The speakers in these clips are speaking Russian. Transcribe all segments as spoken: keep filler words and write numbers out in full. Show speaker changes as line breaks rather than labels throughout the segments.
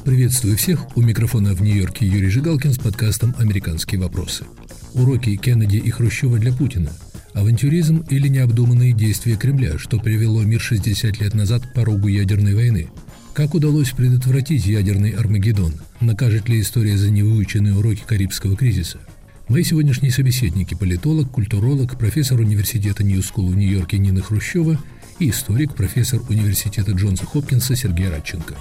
Приветствую всех. У микрофона в Нью-Йорке Юрий Жигалкин с подкастом «Американские вопросы». Уроки Кеннеди и Хрущева для Путина. Авантюризм или необдуманные действия Кремля, что привело мир шестьдесят лет назад к порогу ядерной войны. Как удалось предотвратить ядерный Армагеддон? Накажет ли история за невыученные уроки Карибского кризиса? Мои сегодняшние собеседники – политолог, культуролог, профессор университета Нью-Скул в Нью-Йорке Нина Хрущева и историк, профессор университета Джонса Хопкинса Сергей Радченко.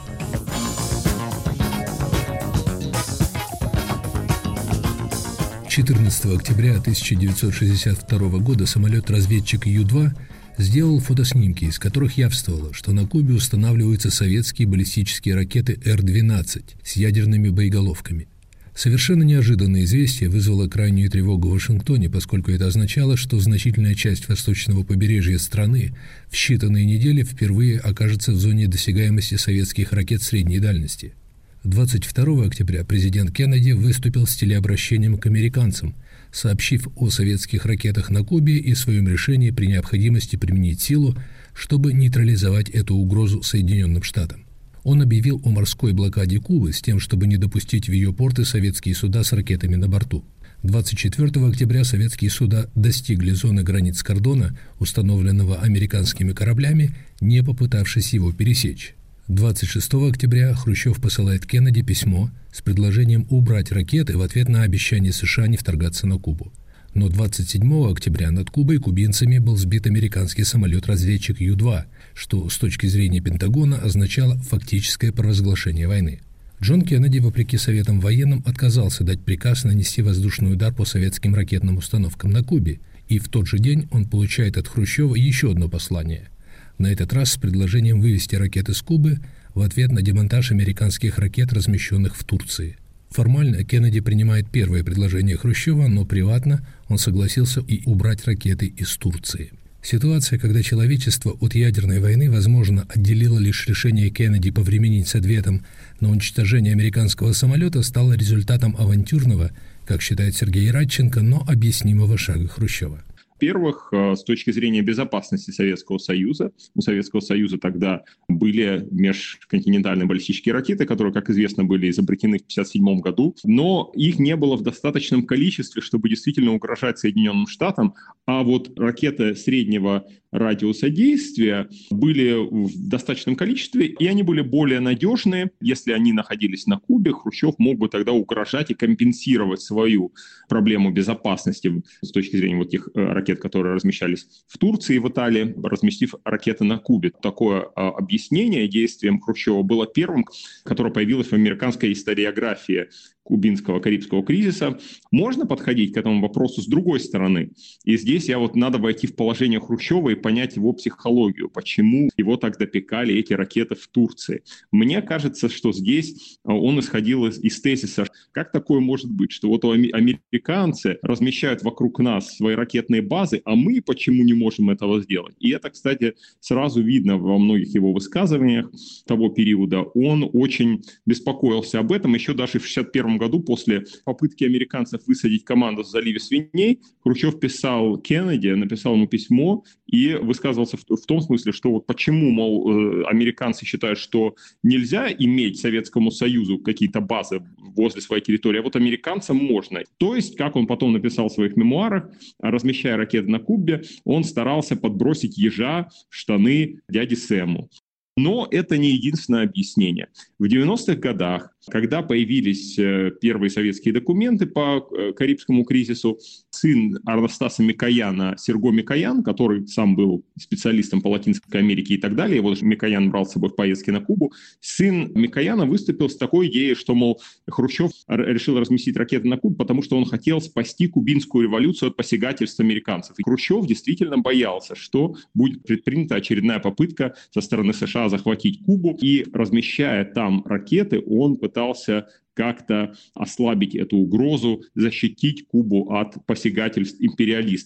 четырнадцатого октября тысяча девятьсот шестьдесят второго года самолет-разведчик Ю два сделал фотоснимки, из которых явствовало, что на Кубе устанавливаются советские баллистические ракеты Р двенадцать с ядерными боеголовками. Совершенно неожиданное известие вызвало крайнюю тревогу в Вашингтоне, поскольку это означало, что значительная часть восточного побережья страны в считанные недели впервые окажется в зоне досягаемости советских ракет средней дальности. двадцать второго октября президент Кеннеди выступил с телеобращением к американцам, сообщив о советских ракетах на Кубе и своем решении при необходимости применить силу, чтобы нейтрализовать эту угрозу Соединенным Штатам. Он объявил о морской блокаде Кубы с тем, чтобы не допустить в ее порты советские суда с ракетами на борту. двадцать четвертого октября советские суда достигли зоны границ кордона, установленного американскими кораблями, не попытавшись его пересечь. двадцать шестого октября Хрущев посылает Кеннеди письмо с предложением убрать ракеты в ответ на обещание США не вторгаться на Кубу. Но двадцать седьмого октября над Кубой кубинцами был сбит американский самолет-разведчик Ю два, что с точки зрения Пентагона означало фактическое провозглашение войны. Джон Кеннеди, вопреки советам военным, отказался дать приказ нанести воздушный удар по советским ракетным установкам на Кубе, и в тот же день он получает от Хрущева еще одно послание, на этот раз с предложением вывести ракеты с Кубы в ответ на демонтаж американских ракет, размещенных в Турции. Формально Кеннеди принимает первое предложение Хрущева, но приватно он согласился и убрать ракеты из Турции. Ситуация, когда человечество от ядерной войны, возможно, отделило лишь решение Кеннеди повременить с ответом на уничтожение американского самолета, стала результатом авантюрного, как считает Сергей Радченко, но объяснимого шага Хрущева.
Во-первых, с точки зрения безопасности Советского Союза, у Советского Союза тогда были межконтинентальные баллистические ракеты, которые, как известно, были изобретены в тысяча девятьсот пятьдесят седьмом году, но их не было в достаточном количестве, чтобы действительно угрожать Соединенным Штатам, а вот ракеты среднего радиуса действия были в достаточном количестве, и они были более надежные. Если они находились на Кубе, Хрущев мог бы тогда угрожать и компенсировать свою проблему безопасности с точки зрения вот тех ракет, которые размещались в Турции и в Италии, разместив ракеты на Кубе. Такое а, объяснение действиям Хрущева было первым, которое появилось в американской историографии кубинского карибского кризиса. Можно подходить к этому вопросу с другой стороны. И здесь я вот надо войти в положение Хрущева и понять его психологию, почему его так допекали эти ракеты в Турции. Мне кажется, что здесь он исходил из, из тезиса, как такое может быть, что вот американцы размещают вокруг нас свои ракетные базы, а мы почему не можем этого сделать? И это, кстати, сразу видно во многих его высказываниях того периода. Он очень беспокоился об этом, еще даже в шестьдесят первом году после попытки американцев высадить команду в заливе Свиней, Хрущев писал Кеннеди, написал ему письмо и высказывался в, в том смысле, что вот почему, мол, э, американцы считают, что нельзя иметь Советскому Союзу какие-то базы возле своей территории, а вот американцам можно. То есть, как он потом написал в своих мемуарах, размещая ракеты на Кубе, он старался подбросить ежа в штаны дяде Сэму. Но это не единственное объяснение. В девяностых годах, когда появились первые советские документы по Карибскому кризису, сын Анастаса Микояна, Серго Микоян, который сам был специалистом по Латинской Америке и так далее, его Микоян брал с собой в поездки на Кубу, сын Микояна выступил с такой идеей, что, мол, Хрущев решил разместить ракеты на Кубе, потому что он хотел спасти кубинскую революцию от посягательств американцев. И Хрущев действительно боялся, что будет предпринята очередная попытка со стороны США захватить Кубу, и, размещая там ракеты, он пытался как-то ослабить эту угрозу, защитить Кубу от посягательств империалистов.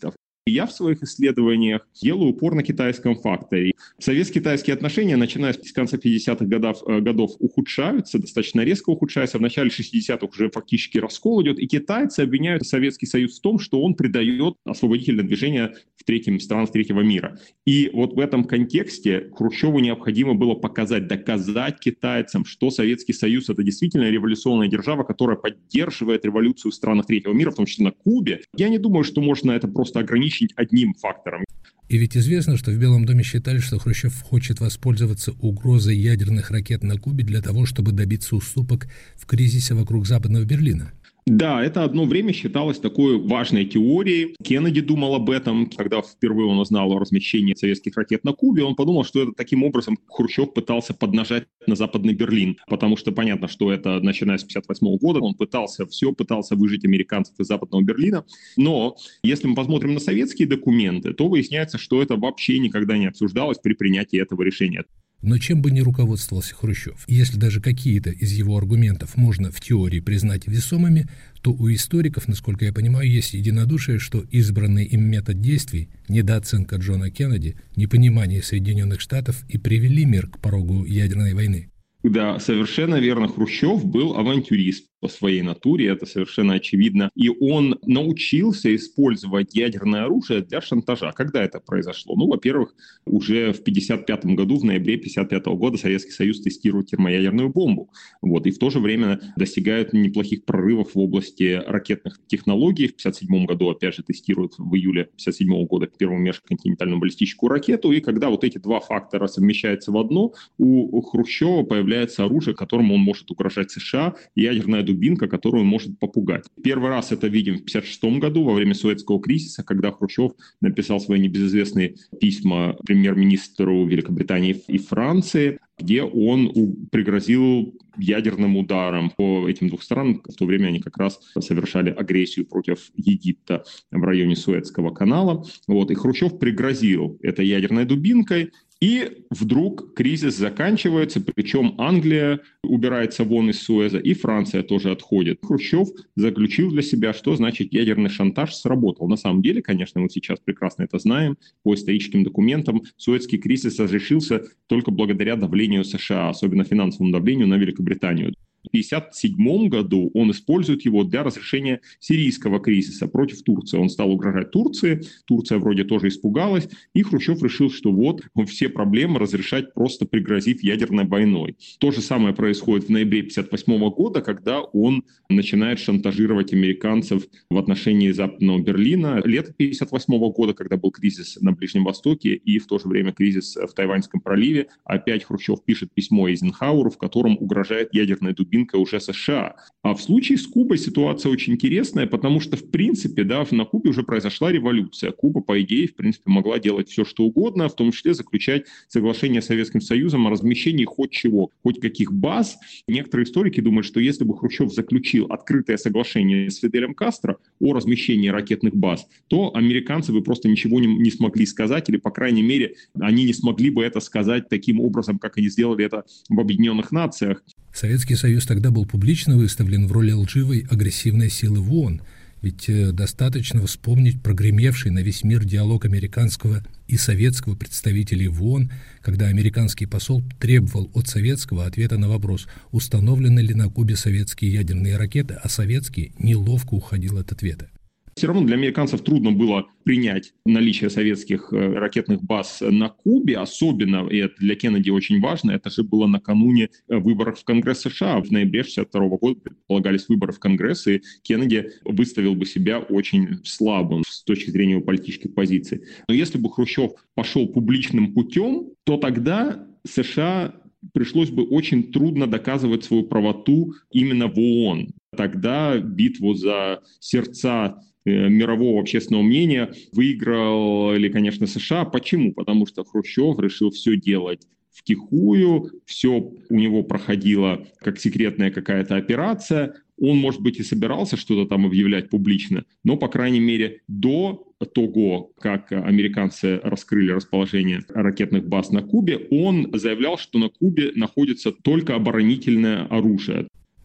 Я в своих исследованиях делаю упор на китайском факторе. Советско-китайские отношения, начиная с конца пятидесятых годов, годов, ухудшаются, достаточно резко ухудшаются. В начале шестидесятых уже фактически раскол идет, и китайцы обвиняют Советский Союз в том, что он предает освободительное движение в третьем странах третьего мира. И вот в этом контексте Хрущеву необходимо было показать, доказать китайцам, что Советский Союз — это действительно революционная держава, которая поддерживает революцию в странах третьего мира, в том числе на Кубе. Я не думаю, что можно это просто ограничить одним фактором.
И ведь известно, что в Белом доме считали, что Хрущев хочет воспользоваться угрозой ядерных ракет на Кубе для того, чтобы добиться уступок в кризисе вокруг Западного Берлина.
Да, это одно время считалось такой важной теорией. Кеннеди думал об этом. Когда впервые он узнал о размещении советских ракет на Кубе, он подумал, что это таким образом Хрущев пытался поднажать на Западный Берлин. Потому что понятно, что это, начиная с пятьдесят восьмого года, он пытался все, пытался выжить американцев из Западного Берлина. Но если мы посмотрим на советские документы, то выясняется, что это вообще никогда не обсуждалось при принятии этого решения.
Но чем бы ни руководствовался Хрущев, если даже какие-то из его аргументов можно в теории признать весомыми, то у историков, насколько я понимаю, есть единодушие, что избранный им метод действий, недооценка Джона Кеннеди, непонимание Соединенных Штатов и привели мир к порогу ядерной войны.
Да, совершенно верно. Хрущев был авантюрист по своей натуре, это совершенно очевидно. И он научился использовать ядерное оружие для шантажа. Когда это произошло? Ну, во-первых, уже в пятьдесят пятом году, в ноябре пятьдесят пятого года Советский Союз тестирует термоядерную бомбу. Вот, и в то же время достигают неплохих прорывов в области ракетных технологий. В пятьдесят седьмом году, опять же, тестируют в июле пятьдесят седьмого года первую межконтинентальную баллистическую ракету. И когда вот эти два фактора совмещаются в одно, у Хрущева появляется оружие, которым он может угрожать США, ядерная дубинка, которую он может попугать. Первый раз это видим в пятьдесят шестом году, во время Суэцкого кризиса, когда Хрущев написал свои небезызвестные письма премьер-министру Великобритании и Франции, где он пригрозил ядерным ударом по этим двух странам. В то время они как раз совершали агрессию против Египта в районе Суэцкого канала. Вот. И Хрущев пригрозил этой ядерной дубинкой. И вдруг кризис заканчивается, причем Англия убирается вон из Суэза, и Франция тоже отходит. Хрущев заключил для себя, что значит ядерный шантаж сработал. На самом деле, конечно, мы сейчас прекрасно это знаем, по историческим документам, Суэцкий кризис разрешился только благодаря давлению США, особенно финансовому давлению на Великобританию. В тысяча девятьсот пятьдесят седьмом году он использует его для разрешения сирийского кризиса против Турции. Он стал угрожать Турции, Турция вроде тоже испугалась, и Хрущев решил, что вот все проблемы разрешать, просто пригрозив ядерной войной. То же самое происходит в ноябре тысяча девятьсот пятьдесят восьмого года, когда он начинает шантажировать американцев в отношении Западного Берлина. Лето тысяча девятьсот пятьдесят восьмого года, когда был кризис на Ближнем Востоке и в то же время кризис в Тайваньском проливе, опять Хрущев пишет письмо Эйзенхауэру, в котором угрожает ядерной дубинкой уже США. А в случае с Кубой ситуация очень интересная, потому что, в принципе, да, на Кубе уже произошла революция. Куба, по идее, в принципе, могла делать все, что угодно, в том числе заключать соглашение с Советским Союзом о размещении хоть чего, хоть каких баз. Некоторые историки думают, что если бы Хрущев заключил открытое соглашение с Фиделем Кастро о размещении ракетных баз, то американцы бы просто ничего не, не смогли сказать, или, по крайней мере, они не смогли бы это сказать таким образом, как они сделали это в Объединенных Нациях.
Советский Союз тогда был публично выставлен в роли лживой агрессивной силы в ООН, ведь достаточно вспомнить прогремевший на весь мир диалог американского и советского представителей в ООН, когда американский посол требовал от советского ответа на вопрос, установлены ли на Кубе советские ядерные ракеты, а советский неловко уходил от ответа.
Все равно для американцев трудно было принять наличие советских ракетных баз на Кубе, особенно, и это для Кеннеди очень важно, это же было накануне выборов в Конгресс США. В ноябре шестьдесят второго года предполагались выборы в Конгресс, и Кеннеди выставил бы себя очень слабым с точки зрения его политической позиции. Но если бы Хрущев пошел публичным путем, то тогда США пришлось бы очень трудно доказывать свою правоту именно в ООН. Тогда битву за сердца мирового общественного мнения выиграли, конечно, США. Почему? Потому что Хрущев решил все делать втихую, все у него проходило как секретная какая-то операция. Он, может быть, и собирался что-то там объявлять публично, но, по крайней мере, до того, как американцы раскрыли расположение ракетных баз на Кубе, он заявлял, что на Кубе находится только оборонительное оружие.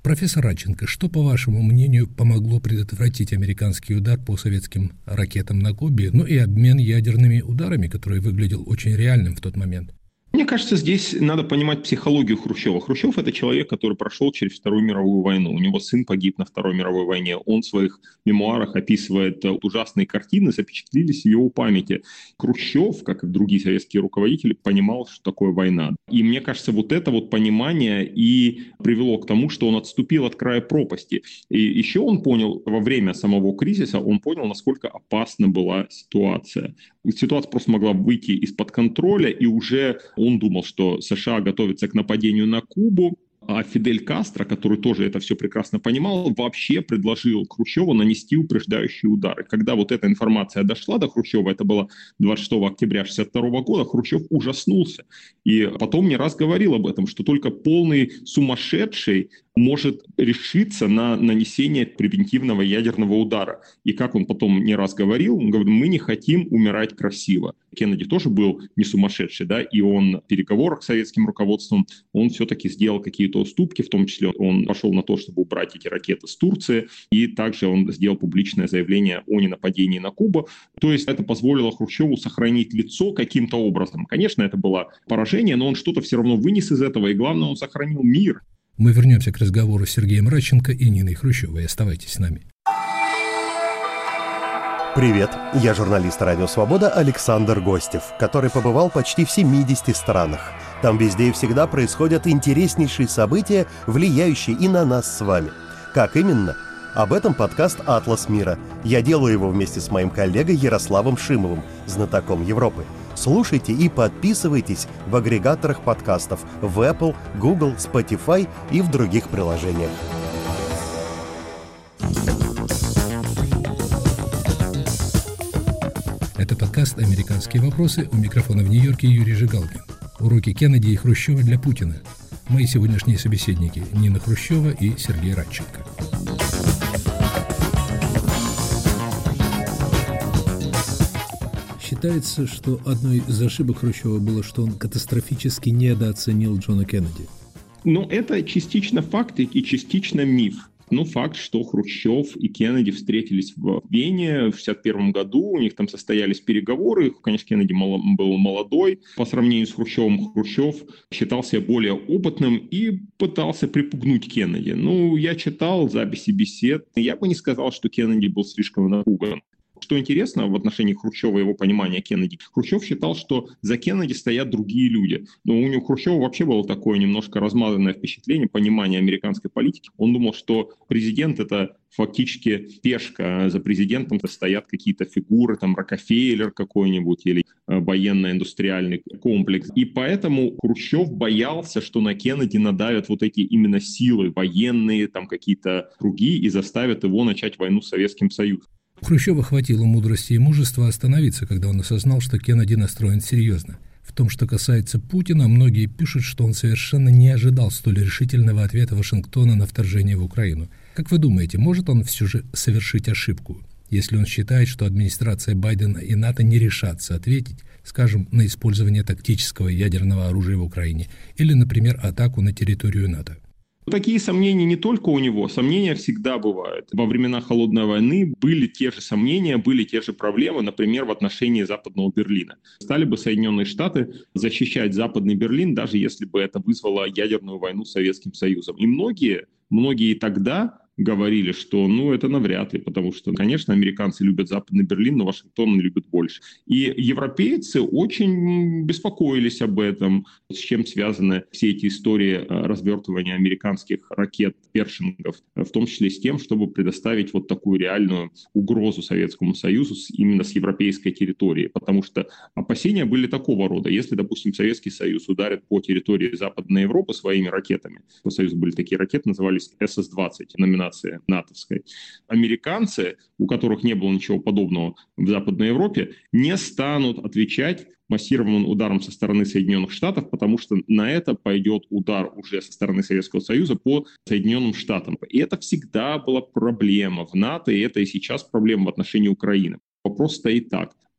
Профессор Радченко, что, по вашему мнению, помогло предотвратить американский удар по советским ракетам на Кубе, ну и обмен ядерными ударами, который выглядел очень реальным в тот момент?
Мне кажется, здесь надо понимать психологию Хрущева. Хрущев – это человек, который прошел через Вторую мировую войну. У него сын погиб на Второй мировой войне. Он в своих мемуарах описывает ужасные картины, запечатлелись в его памяти. Хрущев, как и другие советские руководители, понимал, что такое война. И мне кажется, вот это вот понимание и привело к тому, что он отступил от края пропасти. И еще он понял, во время самого кризиса, он понял, насколько опасна была ситуация. Ситуация просто могла выйти из-под контроля, и уже он думал, что США готовятся к нападению на Кубу, а Фидель Кастро, который тоже это все прекрасно понимал, вообще предложил Хрущеву нанести упреждающие удары. Когда вот эта информация дошла до Хрущева, это было двадцать шестого октября шестьдесят второго года, Хрущев ужаснулся. И потом не раз говорил об этом, что только полный сумасшедший может решиться на нанесение превентивного ядерного удара. И как он потом не раз говорил, он говорит, мы не хотим умирать красиво. Кеннеди тоже был не сумасшедший, да, и он в переговорах с советским руководством, он все-таки сделал какие-то уступки, в том числе он пошел на то, чтобы убрать эти ракеты с Турции, и также он сделал публичное заявление о ненападении на Кубу. То есть это позволило Хрущеву сохранить лицо каким-то образом. Конечно, это было поражение, но он что-то все равно вынес из этого, и главное, он сохранил мир.
Мы вернемся к разговору с Сергеем Радченко и Ниной Хрущевой. Оставайтесь с нами.
Привет, я журналист «Радио Свобода» Александр Гостев, который побывал почти в семидесяти странах. Там везде и всегда происходят интереснейшие события, влияющие и на нас с вами. Как именно? Об этом подкаст «Атлас мира». Я делаю его вместе с моим коллегой Ярославом Шимовым, знатоком Европы. Слушайте и подписывайтесь в агрегаторах подкастов в Apple, Google, Spotify и в других приложениях.
Это подкаст «Американские вопросы». У микрофона в Нью-Йорке Юрий Жигалкин. Уроки Кеннеди и Хрущева для Путина. Мои сегодняшние собеседники Нина Хрущева и Сергей Радченко. Считается, что одной из ошибок Хрущева было, что он катастрофически недооценил Джона Кеннеди.
Ну, это частично факт и частично миф. Ну, факт, что Хрущев и Кеннеди встретились в Вене в шестьдесят первом году, у них там состоялись переговоры. Конечно, Кеннеди был молодой. По сравнению с Хрущевым, Хрущев считался более опытным и пытался припугнуть Кеннеди. Ну, я читал записи бесед, я бы не сказал, что Кеннеди был слишком напуган. Что интересно в отношении Хрущева и его понимания Кеннеди, Хрущев считал, что за Кеннеди стоят другие люди. Но у него Хрущева вообще было такое немножко размазанное впечатление, понимание американской политики. Он думал, что президент — это фактически пешка, за президентом стоят какие-то фигуры, там Рокфеллер какой-нибудь или военно-индустриальный комплекс. И поэтому Хрущев боялся, что на Кеннеди надавят вот эти именно силы военные, там какие-то круги и заставят его начать войну с Советским Союзом.
У Хрущева хватило мудрости и мужества остановиться, когда он осознал, что Кеннеди настроен серьезно. В том, что касается Путина, многие пишут, что он совершенно не ожидал столь решительного ответа Вашингтона на вторжение в Украину. Как вы думаете, может он все же совершить ошибку, если он считает, что администрация Байдена и НАТО не решатся ответить, скажем, на использование тактического ядерного оружия в Украине или, например, атаку на территорию НАТО?
Такие сомнения не только у него, сомнения всегда бывают. Во времена Холодной войны были те же сомнения, были те же проблемы, например, в отношении Западного Берлина. Стали бы Соединенные Штаты защищать Западный Берлин, даже если бы это вызвало ядерную войну с Советским Союзом. И многие, многие тогда говорили, что ну это навряд ли, потому что, конечно, американцы любят Западный Берлин, но Вашингтон любит больше. И европейцы очень беспокоились об этом, с чем связаны все эти истории развертывания американских ракет Першингов, в том числе с тем, чтобы предоставить вот такую реальную угрозу Советскому Союзу именно с европейской территории, потому что опасения были такого рода. Если, допустим, Советский Союз ударит по территории Западной Европы своими ракетами, у Союза были такие ракеты, назывались эс эс двадцать, номинации натовской. Американцы, у которых не было ничего подобного в Западной Европе, не станут отвечать массированным ударом со стороны Соединенных Штатов, потому что на это пойдет удар уже со стороны Советского Союза по Соединенным Штатам. И это всегда была проблема в НАТО, и это и сейчас проблема в отношении Украины. Вопрос стоит так.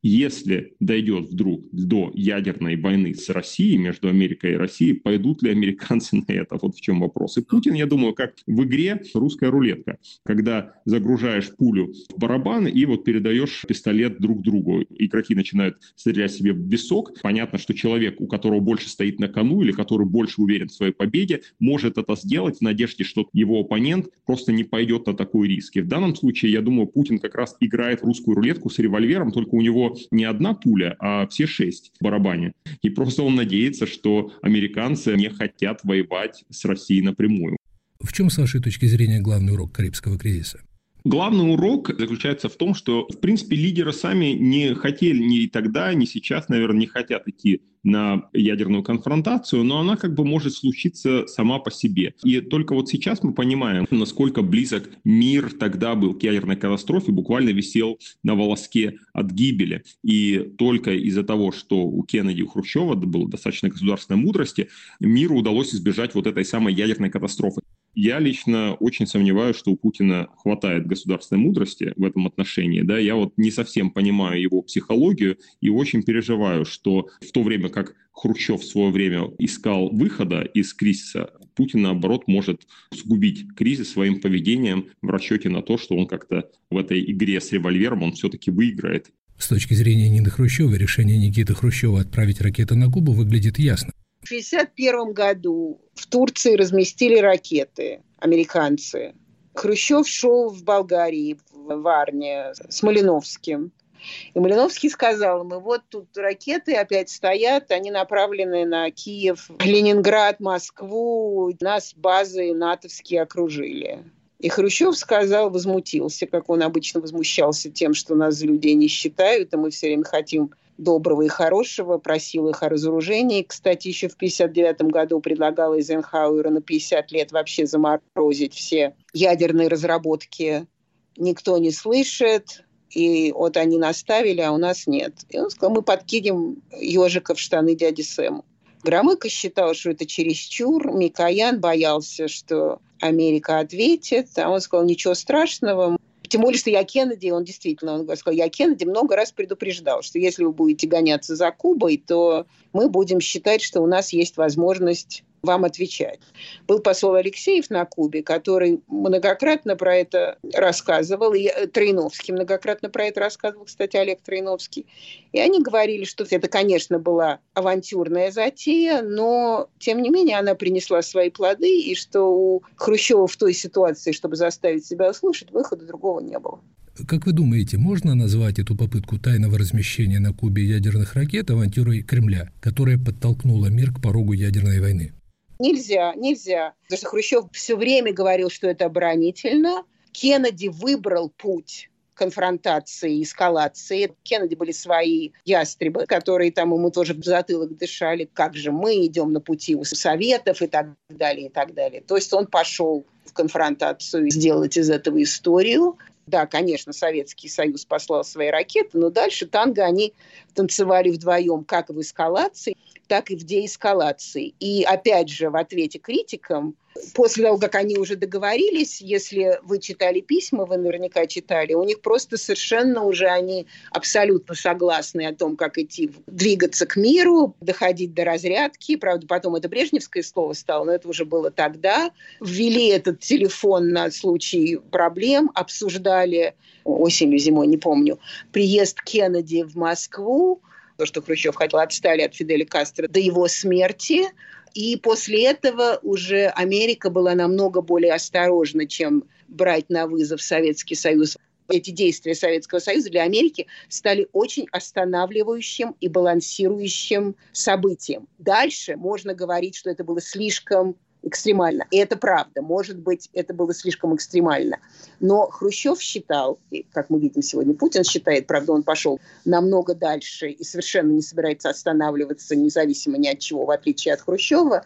Если дойдет вдруг до ядерной войны с Россией, между Америкой и Россией, пойдут ли американцы на это? Вот в чем вопрос. И Путин, я думаю, как в игре русская рулетка, когда загружаешь пулю в барабан и вот передаешь пистолет друг другу. Игроки начинают стрелять себе в висок. Понятно, что человек, у которого больше стоит на кону или который больше уверен в своей победе, может это сделать в надежде, что его оппонент просто не пойдет на такой риск. И в данном случае, я думаю, Путин как раз играет в русскую рулетку с револьвером, только у него не одна пуля, а все шесть в барабане. И просто он надеется, что американцы не хотят воевать с Россией напрямую.
В чем, с вашей точки зрения, главный урок Карибского кризиса?
Главный урок заключается в том, что, в принципе, лидеры сами не хотели ни тогда, ни сейчас, наверное, не хотят идти на ядерную конфронтацию, но она как бы может случиться сама по себе. И только вот сейчас мы понимаем, насколько близок мир тогда был к ядерной катастрофе, буквально висел на волоске от гибели. И только из-за того, что у Кеннеди и у Хрущева было достаточно государственной мудрости, миру удалось избежать вот этой самой ядерной катастрофы. Я лично очень сомневаюсь, что у Путина хватает государственной мудрости в этом отношении. Да? Я вот не совсем понимаю его психологию и очень переживаю, что в то время как Хрущев в свое время искал выхода из кризиса, Путин, наоборот, может сгубить кризис своим поведением в расчете на то, что он как-то в этой игре с револьвером он все-таки выиграет.
С точки зрения Нины Хрущевой, решение Никиты Хрущева отправить ракеты на Кубу выглядит ясно.
В шестьдесят первом году в Турции разместили ракеты, американцы. Хрущев шел в Болгарии, в Варне, с Малиновским. И Малиновский сказал ему: вот тут ракеты опять стоят, они направлены на Киев, Ленинград, Москву, нас базы натовские окружили. И Хрущев сказал, возмутился, как он обычно возмущался тем, что нас за людей не считают, а мы все время хотим доброго и хорошего, просил их о разоружении. Кстати, еще в тысяча девятьсот пятьдесят девятом году предлагал Эйзенхауэру на пятьдесят лет вообще заморозить все ядерные разработки. Никто не слышит, и вот они наставили, а у нас нет. И он сказал, мы подкинем ежика в штаны дяди Сэму. Громыко считал, что это чересчур. Микоян боялся, что Америка ответит. А он сказал, ничего страшного. Тем более, что я Кеннеди, он действительно, он сказал, я Кеннеди много раз предупреждал, что если вы будете гоняться за Кубой, то мы будем считать, что у нас есть возможность вам отвечать. Был посол Алексеев на Кубе, который многократно про это рассказывал, и Троиновский многократно про это рассказывал, кстати, Олег Троиновский. И они говорили, что это, конечно, была авантюрная затея, но, тем не менее, она принесла свои плоды, и что у Хрущева в той ситуации, чтобы заставить себя услышать, выхода другого не было.
Как вы думаете, можно назвать эту попытку тайного размещения на Кубе ядерных ракет авантюрой Кремля, которая подтолкнула мир к порогу ядерной войны?
Нельзя, нельзя. Потому что Хрущев все время говорил, что это оборонительно. Кеннеди выбрал путь конфронтации, эскалации. Кеннеди были свои ястребы, которые там ему тоже в затылок дышали. Как же мы идем на пути у Советов и так далее, и так далее. То есть он пошел в конфронтацию, сделать из этого историю. Да, конечно, Советский Союз послал свои ракеты, но дальше танго они танцевали вдвоем как в эскалации, так и в деэскалации. И опять же, в ответе критикам, после того, как они уже договорились, если вы читали письма, вы наверняка читали, у них просто совершенно уже они абсолютно согласны о том, как идти, двигаться к миру, доходить до разрядки. Правда, потом это брежневское слово стало, но это уже было тогда. Ввели этот телефон на случай проблем, обсуждали осенью, зимой, не помню, приезд Кеннеди в Москву, то, что Хрущев хотел, отстали от Фиделя Кастро до его смерти. И после этого уже Америка была намного более осторожна, чем брать на вызов Советский Союз. Эти действия Советского Союза для Америки стали очень останавливающим и балансирующим событием. Дальше можно говорить, что это было слишком экстремально. И это правда. Может быть, это было слишком экстремально. Но Хрущев считал, и, как мы видим сегодня, Путин считает, правда, он пошел намного дальше и совершенно не собирается останавливаться независимо ни от чего, в отличие от Хрущева,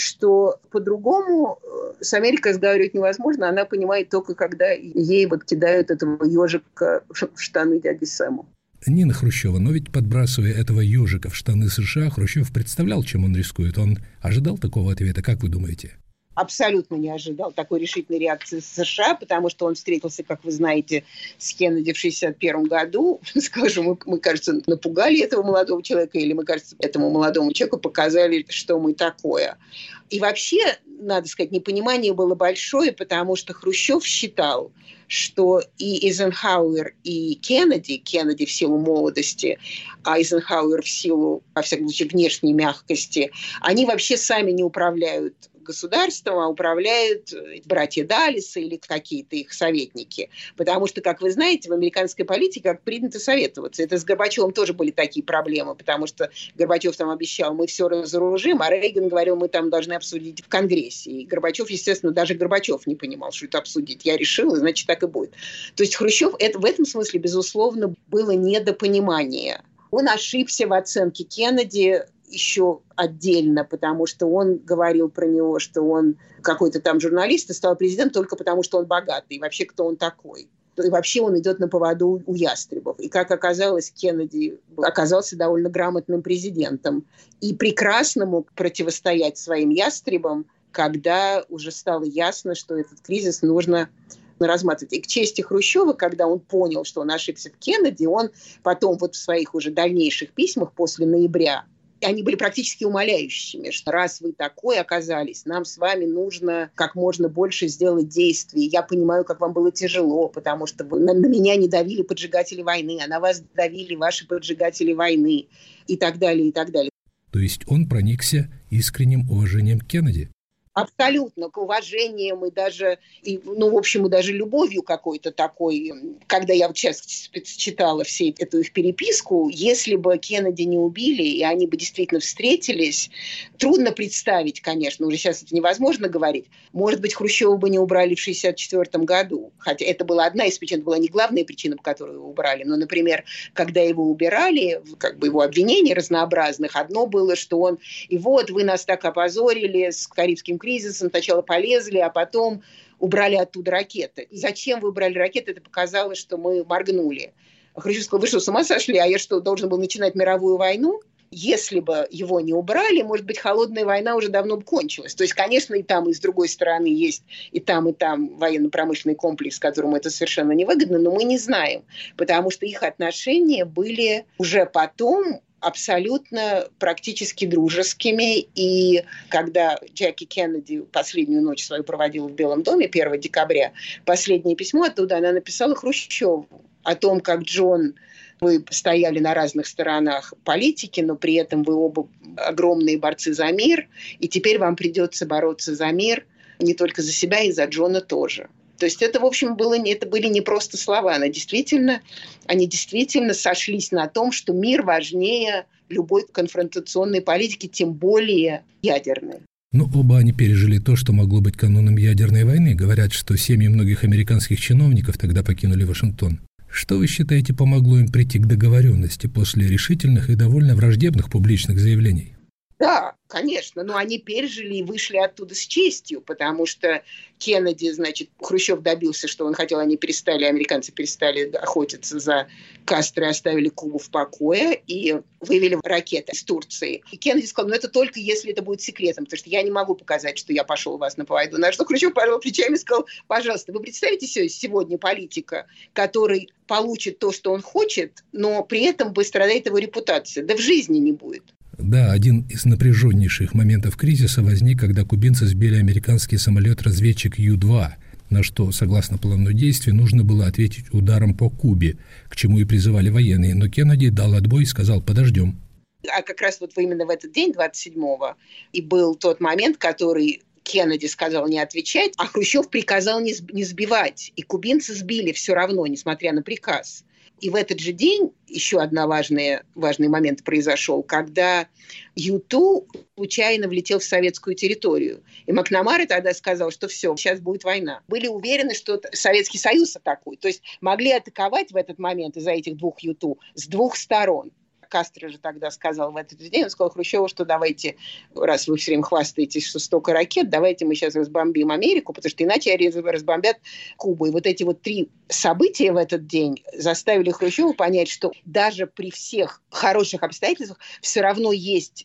что по-другому с Америкой разговаривать невозможно. Она понимает только, когда ей вот кидают этого ежика в штаны дяди Сэму.
Нина Хрущева, но ведь подбрасывая этого ежика в штаны США, Хрущев представлял, чем он рискует. Он ожидал такого ответа, как вы думаете?
абсолютно не ожидал такой решительной реакции США, потому что он встретился, как вы знаете, с Кеннеди в шестьдесят первом году. Скажем, мы, мы, кажется, напугали этого молодого человека, или мы, кажется, этому молодому человеку показали, что мы такое. И вообще, надо сказать, непонимание было большое, потому что Хрущев считал, что и Эйзенхауэр, и Кеннеди, Кеннеди в силу молодости, а Эйзенхауэр в силу, во всяком случае, внешней мягкости, они вообще сами не управляют государством, а управляют братья Даллеса или какие-то их советники. Потому что, как вы знаете, в американской политике как принято советоваться. Это с Горбачевым тоже были такие проблемы, потому что Горбачев там обещал, мы все разоружим, а Рейган говорил, мы там должны обсудить в Конгрессе. И Горбачев, естественно, даже Горбачев не понимал, что это обсудить. Я решил, значит, так и будет. То есть Хрущев, это, в этом смысле, безусловно, было недопонимание. Он ошибся в оценке Кеннеди еще отдельно, потому что он говорил про него, что он какой-то там журналист и стал президентом только потому, что он богатый. И вообще, кто он такой? И вообще он идет на поводу у ястребов. И, как оказалось, Кеннеди оказался довольно грамотным президентом и прекрасно мог противостоять своим ястребам, когда уже стало ясно, что этот кризис нужно разматывать. И к чести Хрущева, когда он понял, что он ошибся в Кеннеди, он потом вот в своих уже дальнейших письмах после ноября, они были практически умоляющими, что раз вы такой оказались, нам с вами нужно как можно больше сделать действий. Я понимаю, как вам было тяжело, потому что вы, на, на меня не давили поджигатели войны, а на вас давили ваши поджигатели войны и так далее, и так далее.
То есть он проникся искренним уважением к Кеннеди?
Абсолютно, к уважениям и даже, и, ну, в общем, и даже любовью какой-то такой. Когда я вот сейчас читала всю эту их переписку, если бы Кеннеди не убили, и они бы действительно встретились, трудно представить, конечно, уже сейчас это невозможно говорить. Может быть, Хрущева бы не убрали в шестьдесят четвёртом году, хотя это была одна из причин, это была не главная причина, по которой его убрали, но, например, когда его убирали, как бы его обвинений разнообразных, одно было, что он, и вот вы нас так опозорили с Карибским кризисом, сначала полезли, а потом убрали оттуда ракеты. Зачем вы убрали ракеты? Это показало, что мы моргнули. Хрущев сказал, вы что, с ума сошли? А я что, должен был начинать мировую войну? Если бы его не убрали, может быть, холодная война уже давно бы кончилась. То есть, конечно, и там, и с другой стороны есть и там, и там военно-промышленный комплекс, которому это совершенно невыгодно, но мы не знаем, потому что их отношения были уже потом абсолютно практически дружескими. И когда Джеки Кеннеди последнюю ночь свою проводила в Белом доме, первого декабря, последнее письмо оттуда она написала Хрущеву о том, как Джон, вы стояли на разных сторонах политики, но при этом вы оба огромные борцы за мир, и теперь вам придется бороться за мир не только за себя, и за Джона тоже. То есть это, в общем, было, это были не просто слова. Она действительно, они действительно сошлись на том, что мир важнее любой конфронтационной политики, тем более ядерной.
Но оба они пережили то, что могло быть кануном ядерной войны. Говорят, что семьи многих американских чиновников тогда покинули Вашингтон. Что вы считаете помогло им прийти к договоренности после решительных и довольно враждебных публичных заявлений?
Да, конечно, но они пережили и вышли оттуда с честью, потому что Кеннеди, значит, Хрущев добился, что он хотел, они перестали, американцы перестали охотиться за Кастро и оставили Кубу в покое и вывели ракеты из Турции. И Кеннеди сказал, ну это только если это будет секретом, потому что я не могу показать, что я пошел у вас на поводу. На что Хрущев пожал плечами и сказал, пожалуйста, вы представите себе сегодня политика, который получит то, что он хочет, но при этом пострадает его репутация. Да в жизни не будет.
Да, один из напряженнейших моментов кризиса возник, когда кубинцы сбили американский самолет-разведчик Ю два, на что, согласно плану действий, нужно было ответить ударом по Кубе, к чему и призывали военные. Но Кеннеди дал отбой и сказал «подождем».
А как раз вот именно в этот день, двадцать седьмого, и был тот момент, который Кеннеди сказал не отвечать, а Хрущев приказал не сбивать. И кубинцы сбили все равно, несмотря на приказ. И в этот же день еще один важный, важный момент произошел, когда Ю два случайно влетел в советскую территорию. И Макнамара тогда сказал, что все, сейчас будет война. Были уверены, что Советский Союз атакует. То есть могли атаковать в этот момент из-за этих двух Ю два с двух сторон. Кастро же тогда сказал в этот день, он сказал Хрущеву, что давайте, раз вы все время хвастаетесь, что столько ракет, давайте мы сейчас разбомбим Америку, потому что иначе разбомбят Кубу. И вот эти вот три события в этот день заставили Хрущева понять, что даже при всех хороших обстоятельствах все равно есть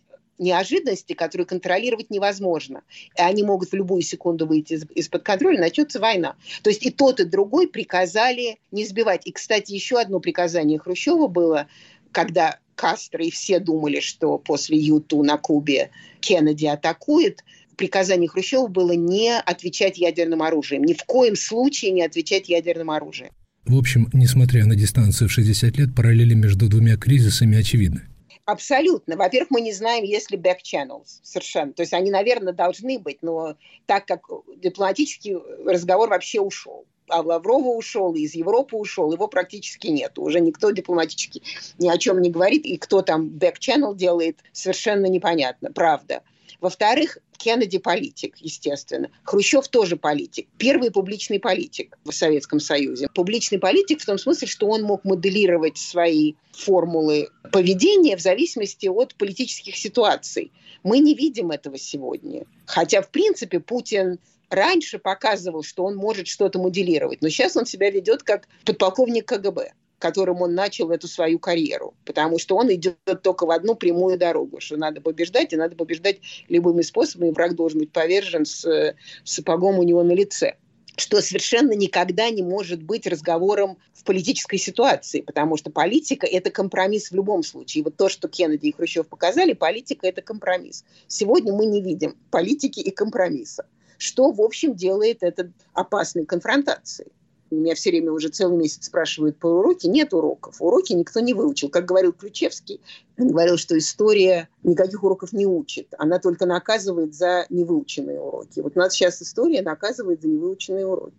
неожиданности, которые контролировать невозможно. И они могут в любую секунду выйти из- из-под контроля, начнется война. То есть и тот, и другой приказали не сбивать. И, кстати, еще одно приказание Хрущева было, когда Кастро и все думали, что после ю два на Кубе Кеннеди атакует, приказание Хрущева было не отвечать ядерным оружием. Ни в коем случае не отвечать ядерным оружием.
В общем, несмотря на дистанцию в шестьдесят лет, параллели между двумя кризисами очевидны.
Абсолютно. Во-первых, мы не знаем, есть ли back channels. Совершенно. То есть они, наверное, должны быть, но так как дипломатический разговор вообще ушел. А Лаврова ушел, из Европы ушел, его практически нет. Уже никто дипломатически ни о чем не говорит, и кто там back channel делает, совершенно непонятно, правда. Во-вторых, Кеннеди политик, естественно. Хрущев тоже политик. Первый публичный политик в Советском Союзе. Публичный политик в том смысле, что он мог моделировать свои формулы поведения в зависимости от политических ситуаций. Мы не видим этого сегодня. Хотя, в принципе, Путин раньше показывал, что он может что-то моделировать. Но сейчас он себя ведет как подполковник ка гэ бэ, которым он начал эту свою карьеру. Потому что он идет только в одну прямую дорогу, что надо побеждать, и надо побеждать любыми способами, и враг должен быть повержен с, с сапогом у него на лице. Что совершенно никогда не может быть разговором в политической ситуации, потому что политика – это компромисс в любом случае. И вот то, что Кеннеди и Хрущев показали, политика – это компромисс. Сегодня мы не видим политики и компромисса, что, в общем, делает это опасной конфронтацией. Меня все время уже целый месяц спрашивают по уроке. Нет уроков. Уроки никто не выучил. Как говорил Ключевский, он говорил, что история никаких уроков не учит. Она только наказывает за невыученные уроки. Вот у нас сейчас история наказывает за невыученные уроки.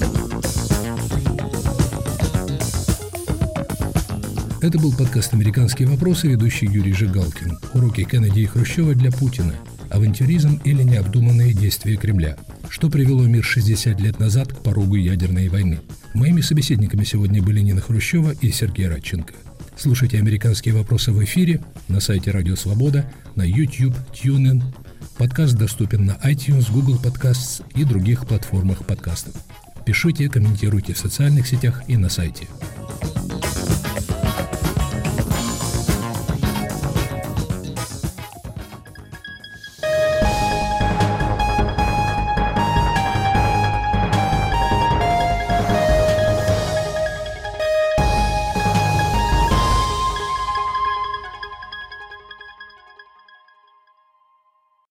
Это был подкаст «Американские вопросы», ведущий Юрий Жигалкин. Уроки Кеннеди и Хрущева для Путина. Авантюризм или необдуманные действия Кремля. Что привело мир шестьдесят лет назад к порогу ядерной войны. Моими собеседниками сегодня были Нина Хрущева и Сергей Радченко. Слушайте «Американские вопросы» в эфире на сайте Радио Свобода, на YouTube, TuneIn. Подкаст доступен на iTunes, Google Podcasts и других платформах подкастов. Пишите, комментируйте в социальных сетях и на сайте.